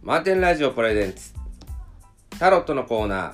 マンテンラジオプレゼンツタロットのコーナー。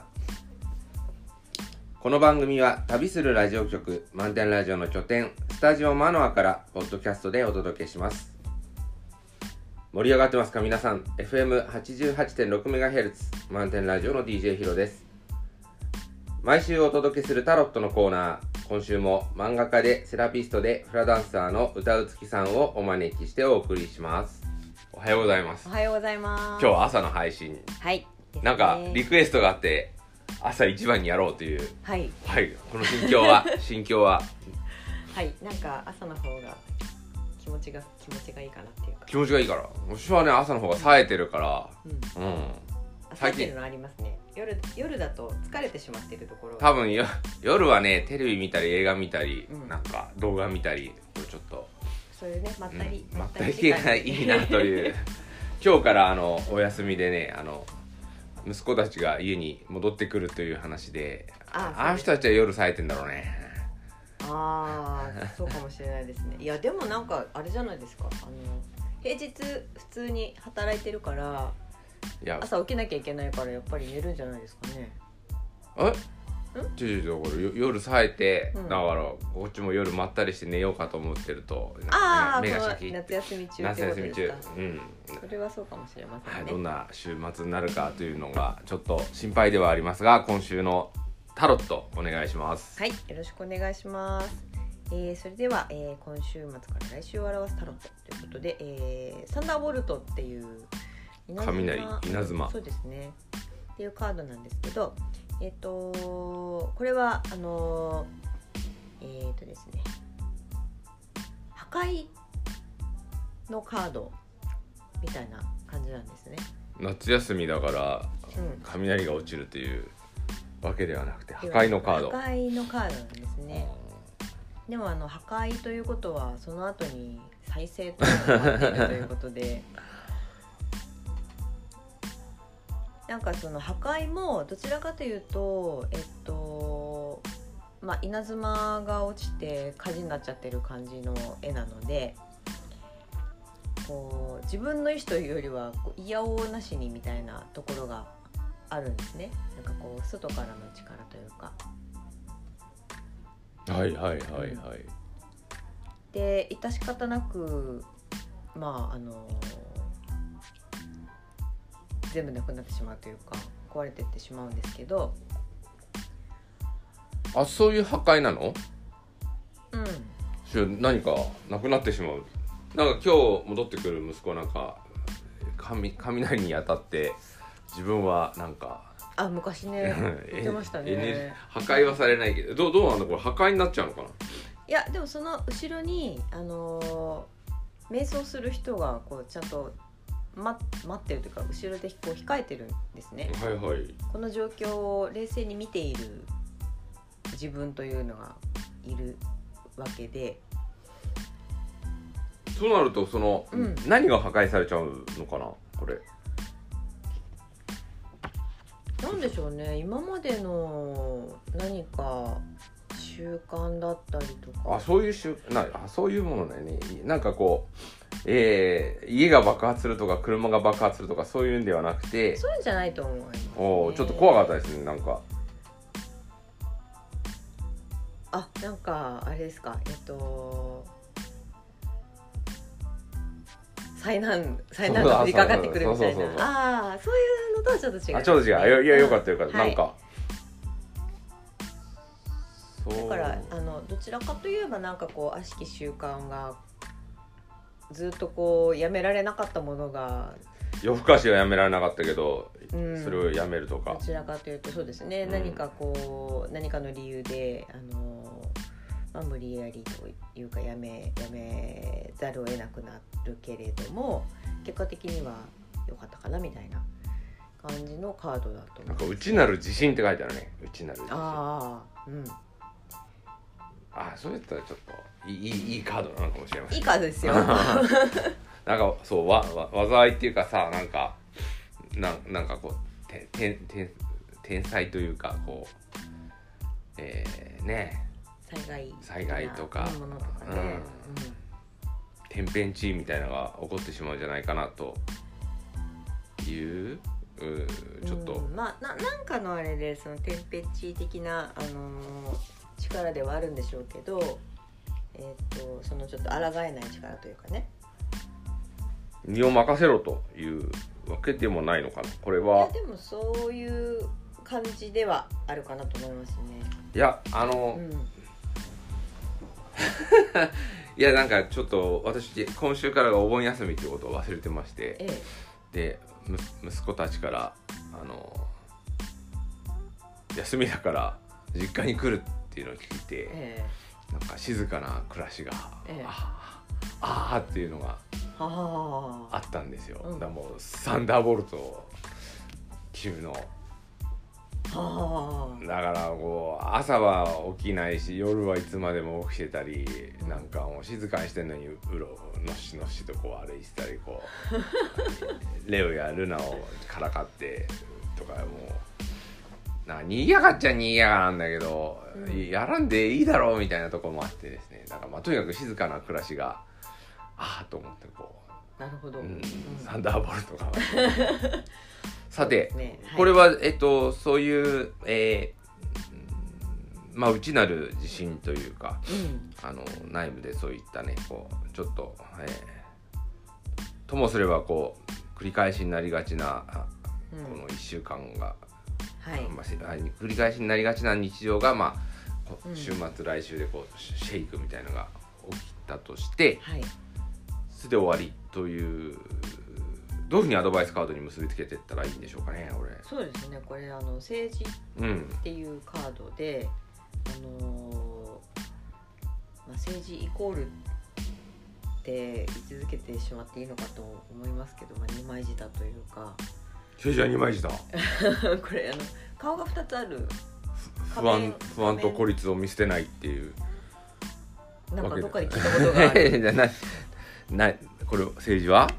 この番組は旅するラジオ局マンテンラジオの拠点スタジオマノアからポッドキャストでお届けします。盛り上がってますか皆さん。 FM88.6MHz マウンテンラジオの DJ ヒロです。毎週お届けするタロットのコーナー。今週も漫画家でセラピストでフラダンサーの歌うつきさんをお招きしてお送りします。おはようございます。 おはようございます。 今日は朝の配信、 はいですね、 なんかリクエストがあって朝一番にやろうという、 はいはい、この心境ははい、なんか朝の方が気持ちがいいかなっていうか。 気持ちがいいから。私はね朝の方が冴えてるから、 冴えてるのありますね。夜だと疲れてしまっているところが多分夜はねテレビ見たり映画見たり、なんか動画見たり、これちょっとそういうねまったりがいいなという今日からお休みでね息子たちが家に戻ってくるという話で、あの人たちは夜冴えてんだろうね。 そうかもしれないですね。いやでもなんかあれじゃないですか、平日普通に働いてるから朝起きなきゃいけないからやっぱり寝るんじゃないですかね。 夜冴えて、だからこっちも夜まったりして寝ようかと思ってると目がシャキッ。 夏休み中ってことですか。それはそうかもしれませんね。 どんな週末になるかというのがちょっと心配ではありますが、今週のタロットお願いします。 はい、よろしくお願いします。それでは、今週末から来週を表すタロットということで、サンダーボルトっていう雷稲妻、 そうですねっていうカードなんですけど、これはですね、破壊のカードみたいな感じなんですね。 夏休みだから、雷が落ちるというわけではなくて破壊のカード。 破壊のカードなんですね。でも破壊ということはその後に再生というのが待っているということでなんかその破壊もどちらかというと稲妻が落ちて火事になっちゃってる感じの絵なので、こう自分の意思というよりは嫌おうなしにみたいなところがあるんですね。なんかこう外からの力というか。で致し方なく全部なくなってしまうというか壊れていってしまうんですけど。 そういう破壊なの？ うん。 何かなくなってしまう。なんか今日戻ってくる息子なんか雷に当たって自分はなんか昔ね言ってましたね。 破壊はされないけどどうなんだこれ、破壊になっちゃうのかな。 いやでもその後ろに瞑想する人がこうちゃんと待ってるというか後ろでこう控えてるんですね。この状況を冷静に見ている自分というのがいるわけで、 そうなると何が破壊されちゃうのかなこれ。 なんでしょうね。今までの何か習慣だったりとか。そういうものだよね。なんかこう、家が爆発するとか車が爆発するとかそういうんではなくて。 そういうんじゃないと思います、ね。 ちょっと怖かったですね。なんかなんかあれですか。災難が降りかかってくるみたいな。そういうのとはちょっと違う。 ちょっと違う。いやよかった。なんかだからどちらかといえばなんかこう悪しき習慣がずっとこうやめられなかったものが、 夜更かしはやめられなかったけど、それをやめるとか。 どちらかというとそうですね。何かの理由で無理やりというかやめざるを得なくなるけれども結果的には良かったかなみたいな感じのカードだと思う。 なんか内なる自信って書いてあるね。内なる自信。そうやったらちょっといいカードなのかもしれません。 いいカードですよ。 なんかそう災いっていうかさ、なんかこう天災というかこう災害とかものとかね、 天変地異みたいなのが起こってしまうんじゃないかなというちょっと、 なんかのあれでそのテンペッチ的な、力ではあるんでしょうけど、そのちょっと抗えない力というかね、 身を任せろというわけでもないのかな、これは。 いやでもそういう感じではあるかなと思いますね。 いやいやなんかちょっと私今週からがお盆休みっていうことを忘れてまして、で息子たちから休みだから実家に来るっていうのを聞いて、なんか静かな暮らしが、あーっていうのがあったんですよ。だからもうサンダーボルト級の、だからこう朝は起きないし夜はいつまでも起きてたり、なんかもう静かにしてんのにうろのしのしとこう歩いてたり、こうレオやルナをからかってとか、もうなんかにぎやかっちゃにぎやかなんだけど、やらんでいいだろうみたいなところもあってですね、だからまあとにかく静かな暮らしがと思ってこう、 なるほど、 サンダーボルトがさて、これはそういう、内なる地震というか、内部でそういったねこうちょっと、ともすればこう繰り返しになりがちな、この1週間が、繰り返しになりがちな日常が、週末来週でこうシェイクみたいなのが起きたとして、それで終わりという、どういうふうにアドバイスカードに結びつけていったらいいんでしょうかね。 そうですね、これ政治っていうカードで、政治イコールって位置づけてしまっていいのかと思いますけど、二枚舌というか、 政治は二枚舌これ顔が2つある、 不安と孤立を見捨てないっていう、 なんかどっかで聞いたことがあるこれ政治は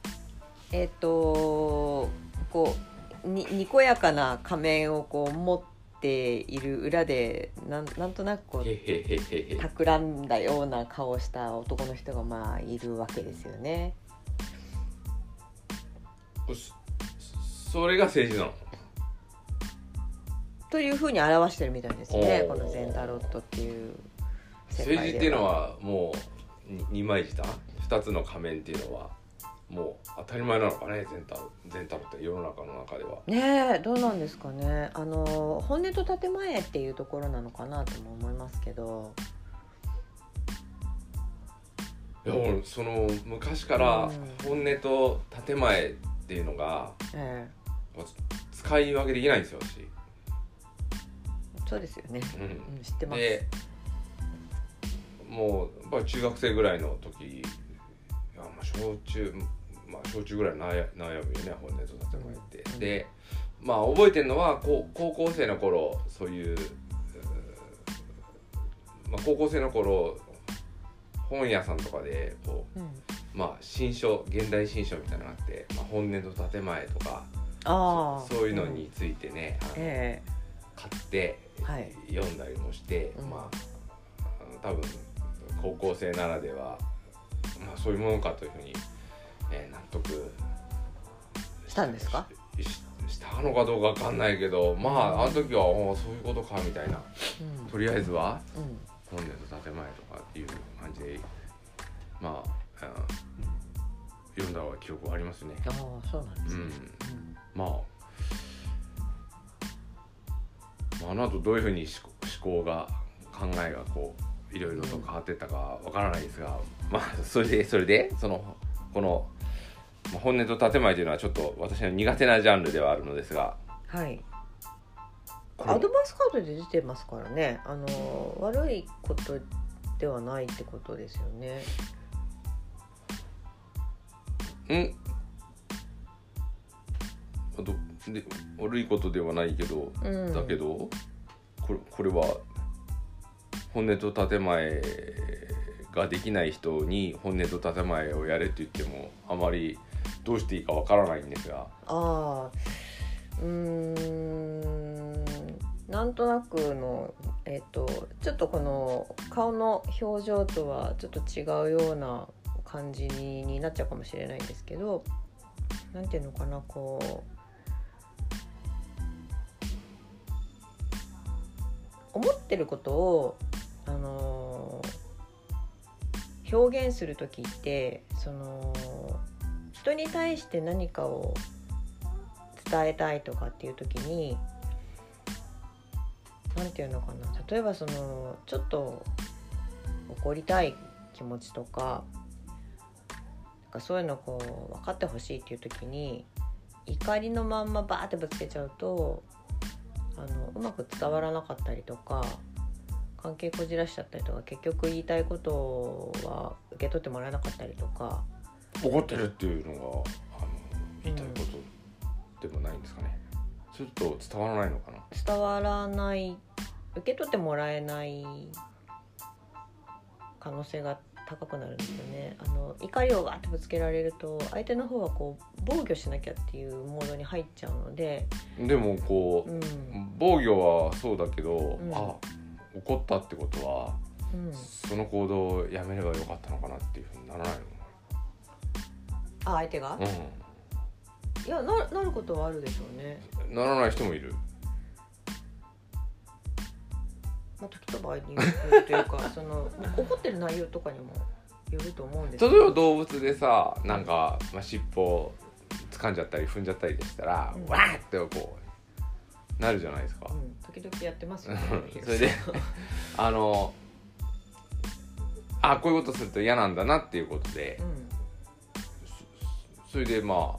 こうにこやかな仮面をこう持っている裏でなんとなくこう企んだような顔をした男の人がいるわけですよね。 それが政治なのというふうに表してるみたいですね、このゼンタロットっていう世界では。 政治っていうのはもう二枚舌、2つの仮面っていうのはもう当たり前なのかね、ゼンタロって世の中の中ではね。どうなんですかね、本音と建前っていうところなのかなとも思いますけど、 いやその昔から本音と建前っていうのが、使い分けできないんですよ、私。 そうですよね、知ってます。 でもうやっぱり中学生ぐらいの時、小中ぐらい悩むよね、本音と建前って。で覚えてるのは高校生の頃、そういう、高校生の頃本屋さんとかでこう、新書、現代新書みたいなのがあって、本音と建前とかそういうのについてね、買って読んだりもして、多分高校生ならでは、そういうものかというふうに、納得したんですか？ したのかどうかわかんないけど、あの時はそういうことかみたいな、とりあえずは、本音と建前とかっていう感じで読んだ記憶はありますね。 そうなんですね。 あの後どういうふうに思考が考えがこういろいろと変わっていったかわからないですが、それでこの本音と建前というのはちょっと私の苦手なジャンルではあるのですが、 アドバイスカードで出てますからね、悪いことではないってことですよね。 で悪いことではないけど、だけどこれは本音と建前ができない人に本音と建前をやれって言ってもあまりどうしていいかわからないんですが、 なんとなくの、ちょっとこの顔の表情とはちょっと違うような感じになっちゃうかもしれないんですけど、 なんていうのかな、こう思ってることを表現するときって、人に対して何かを伝えたいとかっていうときに、なんていうのかな、例えばちょっと怒りたい気持ちとか、そういうのをこう分かってほしいっていうときに、怒りのまんまバーってぶつけちゃうとうまく伝わらなかったりとか、関係こじらしちゃったりとか、結局言いたいことは受け取ってもらえなかったりとか。 怒ってるっていうのが言いたいことでもないんですかね。ちょっと伝わらないのかな。 伝わらない、受け取ってもらえない可能性が高くなるんですよね。怒りをわーってぶつけられると、相手の方はこう防御しなきゃっていうモードに入っちゃうので。 でもこう、防御はそうだけど、怒ったってことは、その行動をやめればよかったのかなっていうふうにならないの？ 相手が？いや、なることはあるでしょうね。 ならない人もいる。 時と場合によるというか怒ってる内容とかにもよると思うんですけど、 例えば動物でさ、なんか、尻尾掴んじゃったり踏んじゃったりでしたら、わーってこうなるじゃないですか。 時々やってますよね。 それでこういうことすると嫌なんだなっていうことで、それで面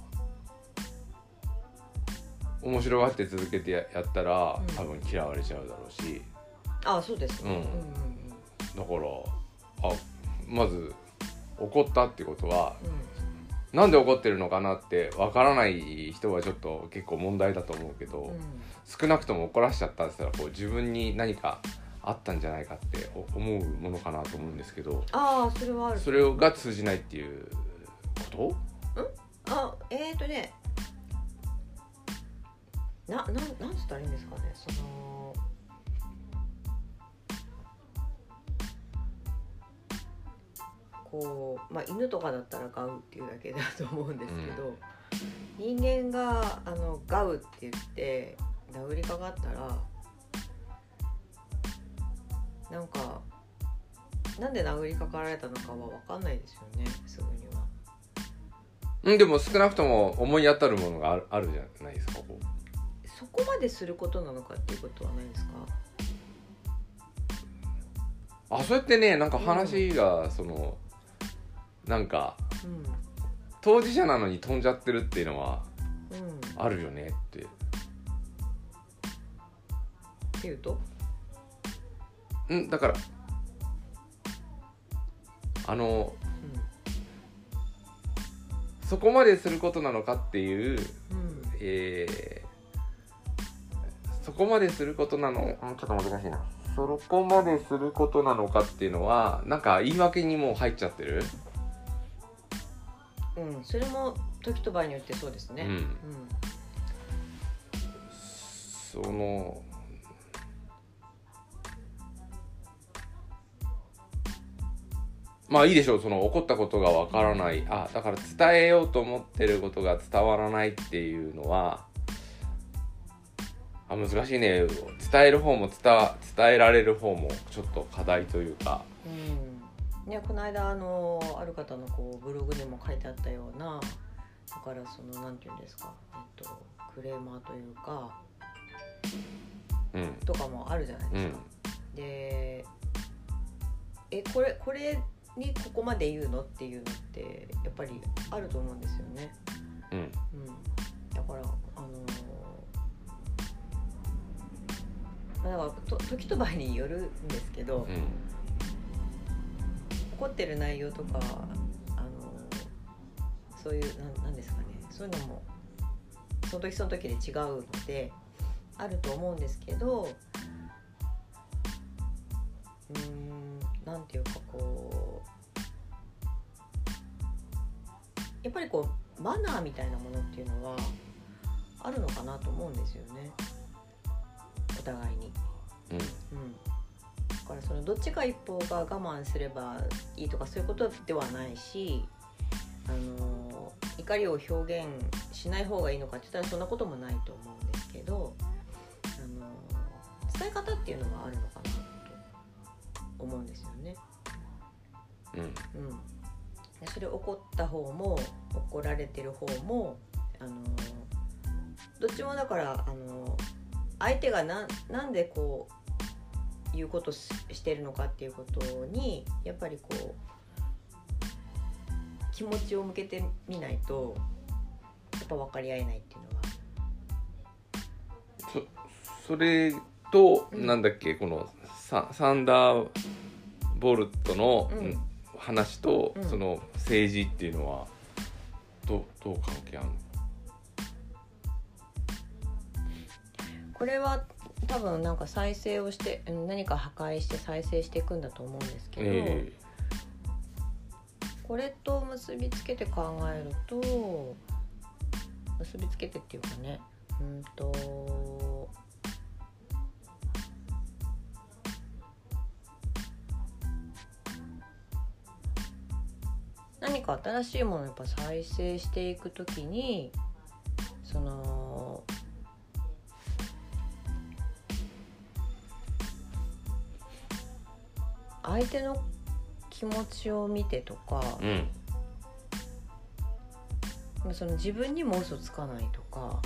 白がって続けて やったら、多分嫌われちゃうだろうし。 そうですね。 だからまず怒ったってことは、なんで怒ってるのかなってわからない人はちょっと結構問題だと思うけど、少なくとも怒らしちゃったって言ったら、こう自分に何かあったんじゃないかって思うものかなと思うんですけど。 それはある。 それが通じないっていうこと？ なんつったらいいんですかね。こう犬とかだったらガウっていうだけだと思うんですけど、人間がガウって言って殴りかかったら、なんで殴りかかられたのかは分かんないですよね、すぐには。 でも少なくとも思い当たるものがあるじゃないですか。 そこまですることなのかっていうことはないですか？ そうやってね、なんか話がなんか、当事者なのに飛んじゃってるっていうのはあるよねって。 っていうと？ だからそこまですることなのかっていう、そこまですることなの、ちょっと難しいな。そこまですることなのかっていうのは、なんか言い訳にもう入っちゃってる。 それも時と場合によってそうですね。 いいでしょう。起こったことがわからない、だから伝えようと思ってることが伝わらないっていうのは難しいね。伝える方も伝えられる方もちょっと課題というか。 この間ある方のブログにも書いてあったような、だからなんていうんですか、クレーマーというか、とかもあるじゃないですか。で、これにここまで言うのっていうのってやっぱりあると思うんですよね。だからだから時と場合によるんですけど、怒ってる内容とかそういうなんですかね、そういうのもその時その時で違うのであると思うんですけど、なんていうかやっぱりマナーみたいなものっていうのはあるのかなと思うんですよね、お互いに。だからどっちか一方が我慢すればいいとかそういうことではないし、 怒りを表現しない方がいいのかって言ったらそんなこともないと思うんですけど、伝え方っていうのはあるのかなと思うんですよね。それ怒った方も怒られてる方もどっちもだから相手がなんでこういうことしてるのかっていうことにやっぱりこう気持ちを向けてみないとやっぱ分かり合えないっていうのはそれと、なんだっけこのサンダーボルトの話と、その政治っていうのはどう関係あるの？ これは多分なんか再生をして何か破壊して再生していくんだと思うんですけど、これと結びつけて考えると結びつけてっていうかね何か新しいものをやっぱ再生していくときにその相手の気持ちを見てとか、その自分にも嘘つかないとか、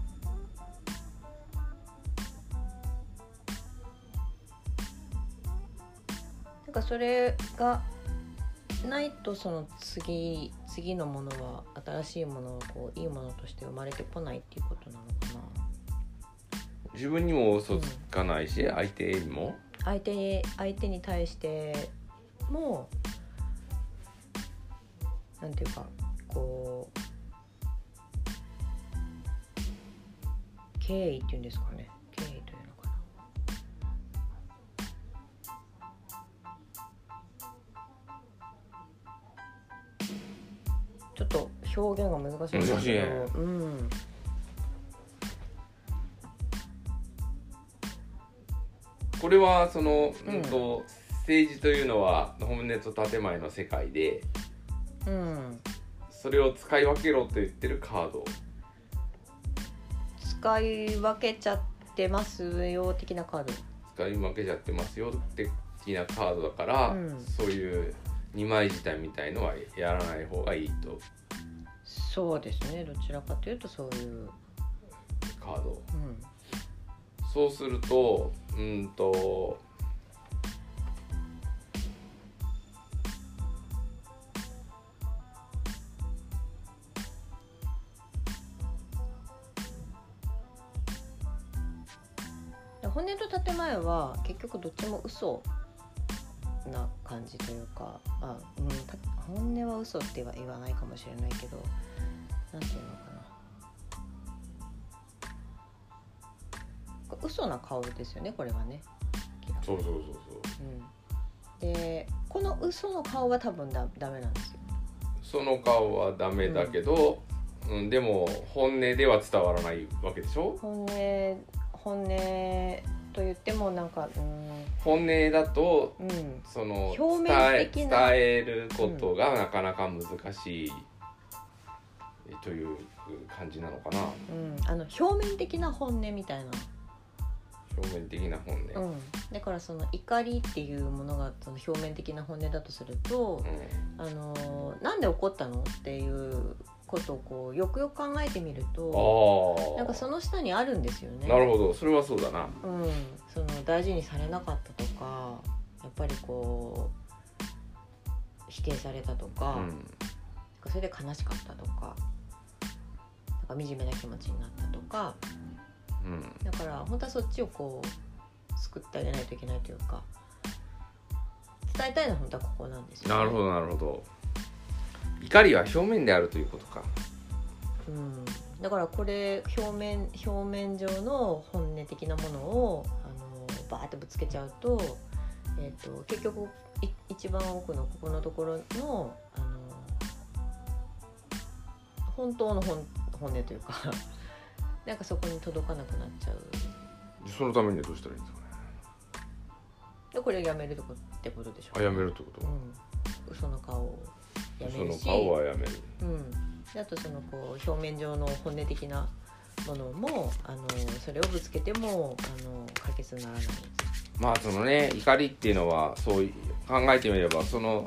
なんかそれがないとその次のものは新しいものはこういいものとして生まれてこないっていうことなのかな。 自分にも嘘つかないし、相手にも相手に対してもなんていうかこう敬意っていうんですかね、敬意というのかな。ちょっと表現が難しいんですけど、 これはその、政治というのは本音と建前の世界で、それを使い分けろと言ってるカード、 使い分けちゃってますよ的なカード、 使い分けちゃってますよ的なカードだから、そういう二枚舌みたいのはやらない方がいいと。 そうですね、どちらかというとそういうカード、そうすると本音と建前は結局どっちも嘘な感じというか、本音は嘘って言わないかもしれないけど、なんていうのかな、嘘な顔ですよね、これはね。 そう、 でこの嘘の顔は多分ダメなんですよ。 その顔はダメだけど、でも本音では伝わらないわけでしょ。 本音と言ってもなんか、 本音だと、その表面的な伝えることがなかなか難しい、という感じなのかな。 表面的な本音みたいな。 表面的な本音。 だからその怒りっていうものがその表面的な本音だとすると、なんで怒ったのっていうことをこうよくよく考えてみると、なんかその下にあるんですよね。 なるほど、それはそうだな。 その大事にされなかったとか、やっぱりこう否定されたとか、それで悲しかったとか、なんか惨めな気持ちになったとか、だから本当はそっちをこう救ってあげないといけないというか、伝えたいのは本当はここなんですよね。 なるほどなるほど。怒りは表面であるということか。 だからこれ表面上の本音的なものをバーってぶつけちゃうと、結局一番奥のここのところの本当の本音というかなんかそこに届かなくなっちゃう。 そのためにはどうしたらいいんですかね。 でこれをやめるってことでしょう、 やめるってこと、 嘘の顔をやめるし、 嘘の顔はやめる、 あとそのこう表面上の本音的なものもそれをぶつけても解決にならない。 まあそのね怒りっていうのはそう考えてみればその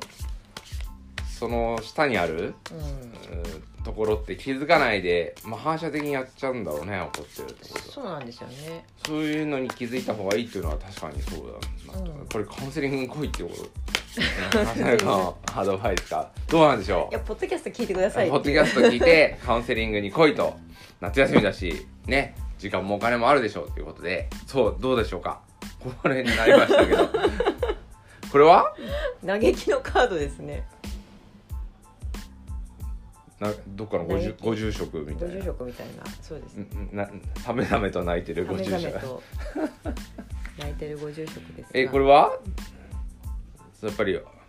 下にある、ところって気づかないで、反射的にやっちゃうんだろうね、怒ってるってこと。 そうなんですよね。 そういうのに気づいた方がいいっていうのは確かにそうだな、これカウンセリングに来いってことなかなかアドバイスかどうなんでしょう。 いやポッドキャスト聞いてください。 ポッドキャスト聞いてカウンセリングに来いと。夏休みだしね、時間もお金もあるでしょうということで、そうどうでしょうか。これになりましたけどこれは嘆きのカードですね。 どっかのご住職みたいな。 ご住職みたいな、そうですね。 ためためと泣いてるご住職。 泣いてるご住職ですが。 これはやっぱ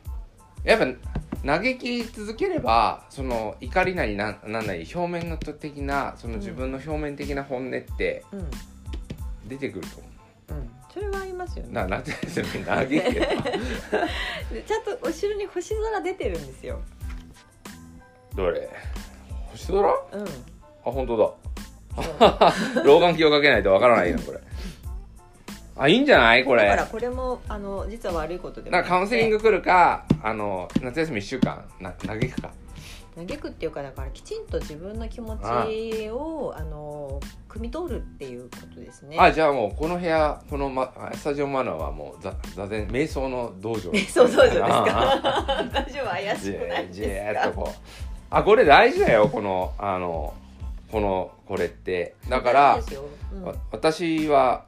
嘆き続ければその怒りなりなんなり表面の的なその自分の表面的な本音って出てくると思う。 それはありますよね。 夏休み嘆けばちゃんと後ろに星空出てるんですよ。 どれ？星空？あ、本当だ。老眼鏡をかけないとわからないよこれ。あ、いいんじゃないこれ。 だからこれも実は悪いことでも。 カウンセリング来るか夏休み1週間嘆くか。 嘆くっていうかだからきちんと自分の気持ちを汲み取るっていうことですね。 じゃあもうこの部屋スタジオマナーはもう座禅瞑想の道場。 瞑想道場ですか。大丈夫怪しくないですか。 これ大事だよこれってだから、私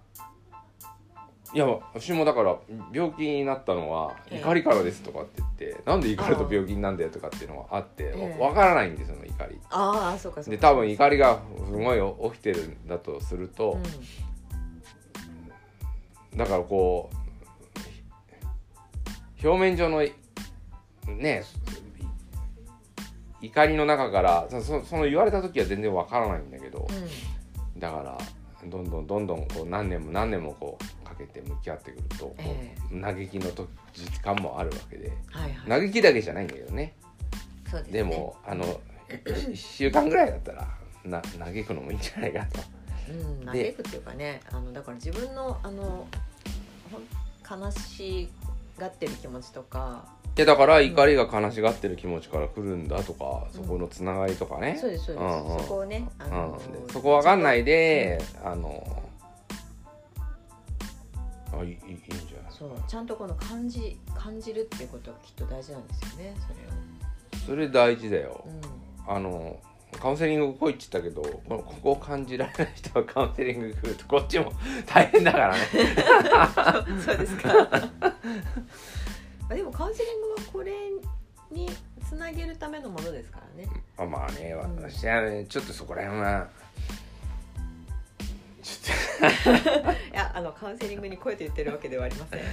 もだから病気になったのは怒りからですとかって言って、なんで怒ると病気になるんだよとかっていうのがあって、わからないんですよ、怒り。 そうか。 で多分怒りがすごい起きてるんだとすると、だからこう表面上のね怒りの中からその言われた時は全然わからないんだけど、だからどんどんこう何年もこうかけて向き合ってくると、嘆きの時間もあるわけで、嘆きだけじゃないんだけどね。 そうですね。 でも1週間ぐらいだったら嘆くのもいいんじゃないかと。 嘆くっていうかね、だから自分の悲しがってる気持ちとか。 だから怒りが悲しがってる気持ちから来るんだとか、そこのつながりとかね。 そうです。そこをね、 そこわかんないで、いいんじゃない。 そうちゃんとこの感じるっていうことがきっと大事なんですよね。 それ大事だよ。カウンセリング来いって言ったけど、ここを感じられない人はカウンセリング来るとこっちも大変だからね。 そうですか。でもカウンセリングはこれにつなげるためのものですからね。 私はねちょっとそこら辺はいやカウンセリングに来いと言ってるわけではありません。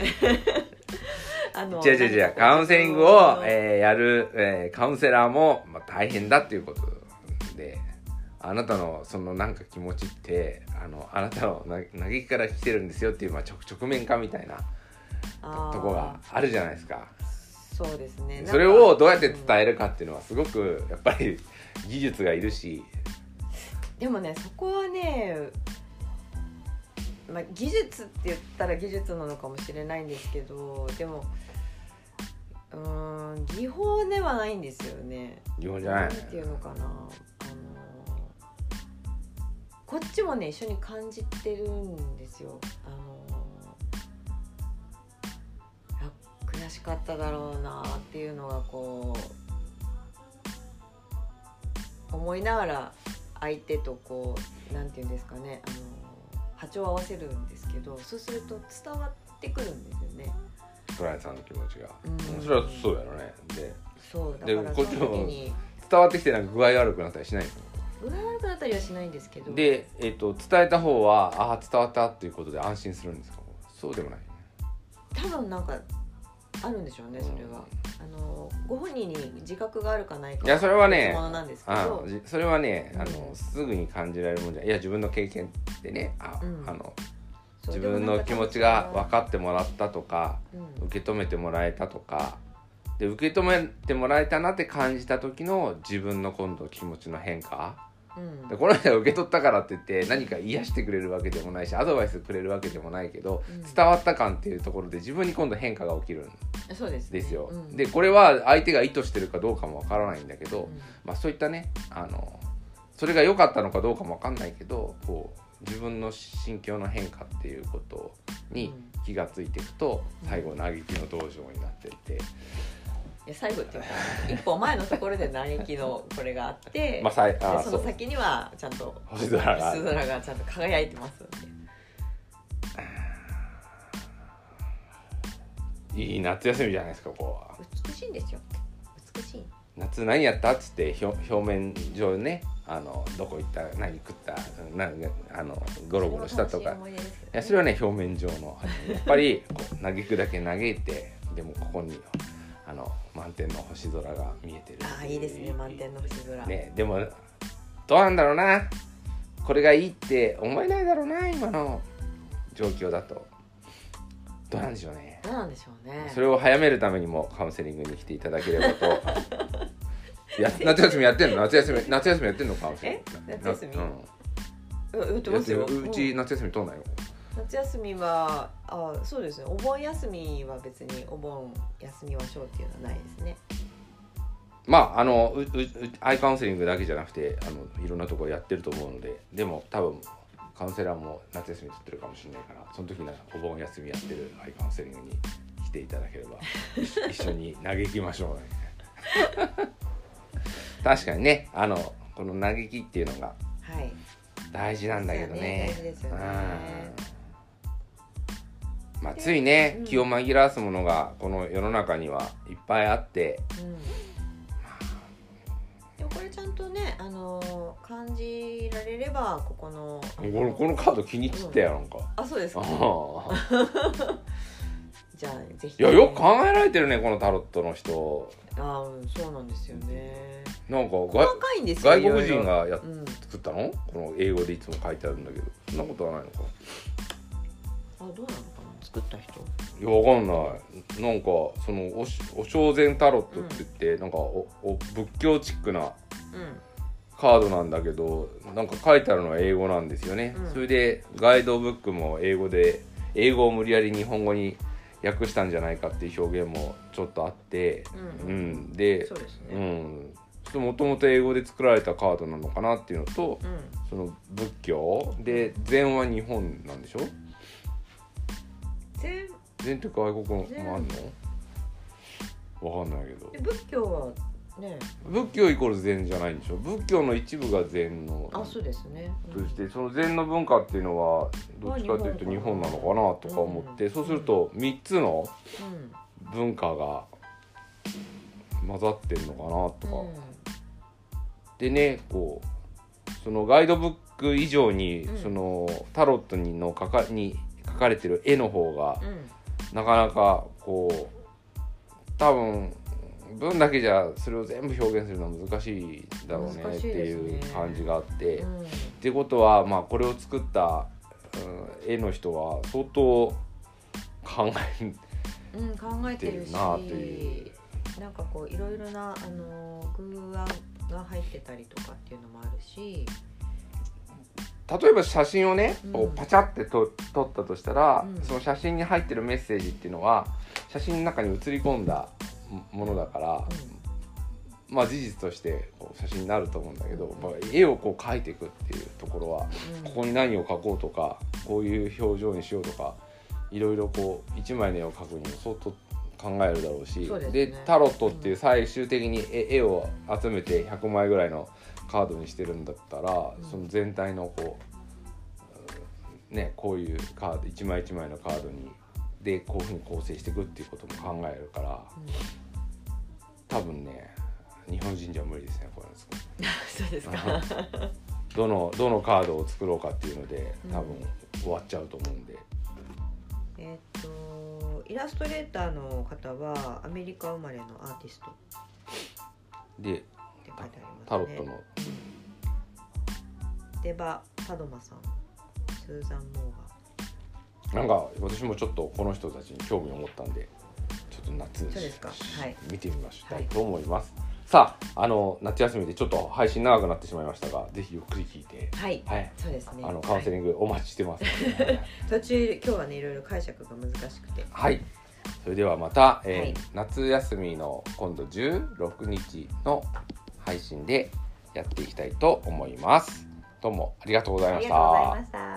違うカウンセリングを、やる、カウンセラーも、大変だっていうことで、あなたのそのなんか気持ちってあなたの嘆きから来てるんですよっていう、直面化みたいなとこがあるじゃないですか。 そうですね。 それをどうやって伝えるかっていうのはすごくやっぱり技術がいるし、 でもねそこはね、技術って言ったら技術なのかもしれないんですけど、でも技法ではないんですよね。 技法じゃない。 なんていうのかな、こっちもね一緒に感じてるんですよ。悔しかっただろうなっていうのがこう思いながら相手とこうなんていうんですかね、波長を合わせるんですけど、そうすると伝わってくるんですよね。 トライさんの気持ちが、それはそうやろね。 だからこっちも伝わってきてなんか具合悪くなったりしないんですよ。 具合悪くなったりはしないんですけど。 で、伝えた方は伝わったっていうことで安心するんですか。そうでもない。 多分なんかあるんでしょうね、それは。ご本人に自覚があるかないかはそれはね、 別物なんですけど、 それはね、すぐに感じられるもんじゃない。自分の経験でね、自分の気持ちが分かってもらったとか、受け止めてもらえたとか、 で受け止めてもらえたなって感じた時の自分の今度気持ちの変化、でこの人が受け取ったからって言って何か癒してくれるわけでもないしアドバイスくれるわけでもないけど、伝わった感っていうところで自分に今度変化が起きるんですよ。でこれは相手が意図してるかどうかもわからないんだけど、そういったねそれが良かったのかどうかもわかんないけどこう自分の心境の変化っていうことに気がついていくと、最後嘆きの道場になっていて、 いや最後っていうか一歩前のところで嘆きのこれがあってその先にはちゃんと星空がちゃんと輝いてますんで、いい夏休みじゃないですか。ここは美しいんですよ。美しい。 夏何やったっつって表面上ねどこ行った何食ったゴロゴロしたとか、いやそれはね表面上のやっぱりこう嘆くだけ嘆いて、でもここに満天の星空が見えてる。 いいですね、満天の星空ね。でもどうなんだろうな、これがいいって思えないだろうな、今の状況だと。どうなんでしょうね。 どうなんでしょうね。 それを早めるためにもカウンセリングに来ていただければと夏休みやってんの？夏休みやってんの？カウンセリング夏休み？ やってますよ。うち夏休み取んないよ。 夏休みはそうですね。お盆休みは別にお盆休みましょうっていうのはないですね。 アイカウンセリングだけじゃなくていろんなところやってると思うので、でも多分カウンセラーも夏休み取ってるかもしれないから、その時にはお盆休みやってるアイカウンセリングに来ていただければ一緒に嘆きましょうね確かにねこの嘆きっていうのが大事なんだけどね。 大事ですよね。 ついね、気を紛らわすものがこの世の中にはいっぱいあって、 でもこれちゃんとね感じられればこのカード気に入ってたよ、なんか。 そうですかじゃあぜひ。 いやよく考えられてるね、このタロットの人。 そうなんですよね。 なんか細かいんですよ。 外国人が作ったの？この英語でいつも書いてあるんだけど、そんなことはないのか。 どうなのかな、作った人。 いやわかんない。なんかそのお正禅タロットって言って、なんか仏教チックなカードなんだけど、なんか書いてあるのは英語なんですよね。それでガイドブックも英語で、英語を無理やり日本語に訳したんじゃないかっていう表現もちょっとあって、で、 そうですね。 もともと英語で作られたカードなのかなっていうのと、その仏教で禅は日本なんでしょ？禅って外国もあんの？わかんないけど。 仏教はね。 仏教イコール禅じゃないんでしょ？仏教の一部が禅の。 そうですね。 そしてその禅の文化っていうのはどっちかというと日本なのかなとか思って、そうすると3つの文化が混ざってんのかなとか。でね、こうそのガイドブック以上にそのタロットに描かれてる絵の方がなかなかこう多分文だけじゃそれを全部表現するのは難しいだろうねっていう感じがあって、っていうことはこれを作った、絵の人は相当考えてるなという。 なんかこういろいろな具が入ってたりとかっていうのもあるし、 例えば写真をね、パチャって撮ったとしたら、その写真に入ってるメッセージっていうのは写真の中に写り込んだものだから、事実としてこう写真になると思うんだけど、絵をこう描いていくっていうところは、ここに何を描こうとかこういう表情にしようとかいろいろこう一枚の絵を描くにも相当考えるだろうし、でタロットっていう最終的に絵を集めて100枚ぐらいのカードにしてるんだったら、その全体のこうね、こういうカード一枚一枚のカードにでこういうふうに構成していくっていうことも考えるから、多分ね日本人じゃ無理ですね、これ作るそうですかどのカードを作ろうかっていうので多分終わっちゃうと思うんで、 イラストレーターの方はアメリカ生まれのアーティストで書いてありますね。 タロットのデバ・パドマさん、スーザン・モーガなんか私もちょっとこの人たちに興味を持ったんでちょっっと夏そうですか、はい、 見てみましたいと思います、はい、さあ夏休みでちょっと配信長くなってしまいましたが、ぜひゆっくり聞いて、 はい、はい、そうですね、 カウンセリングお待ちしてますので、 途中今日はねいろいろ解釈が難しくて、 はい、それではまた、夏休みの今度16日の配信でやっていきたいと思います。どうもありがとうございました。 ありがとうございました。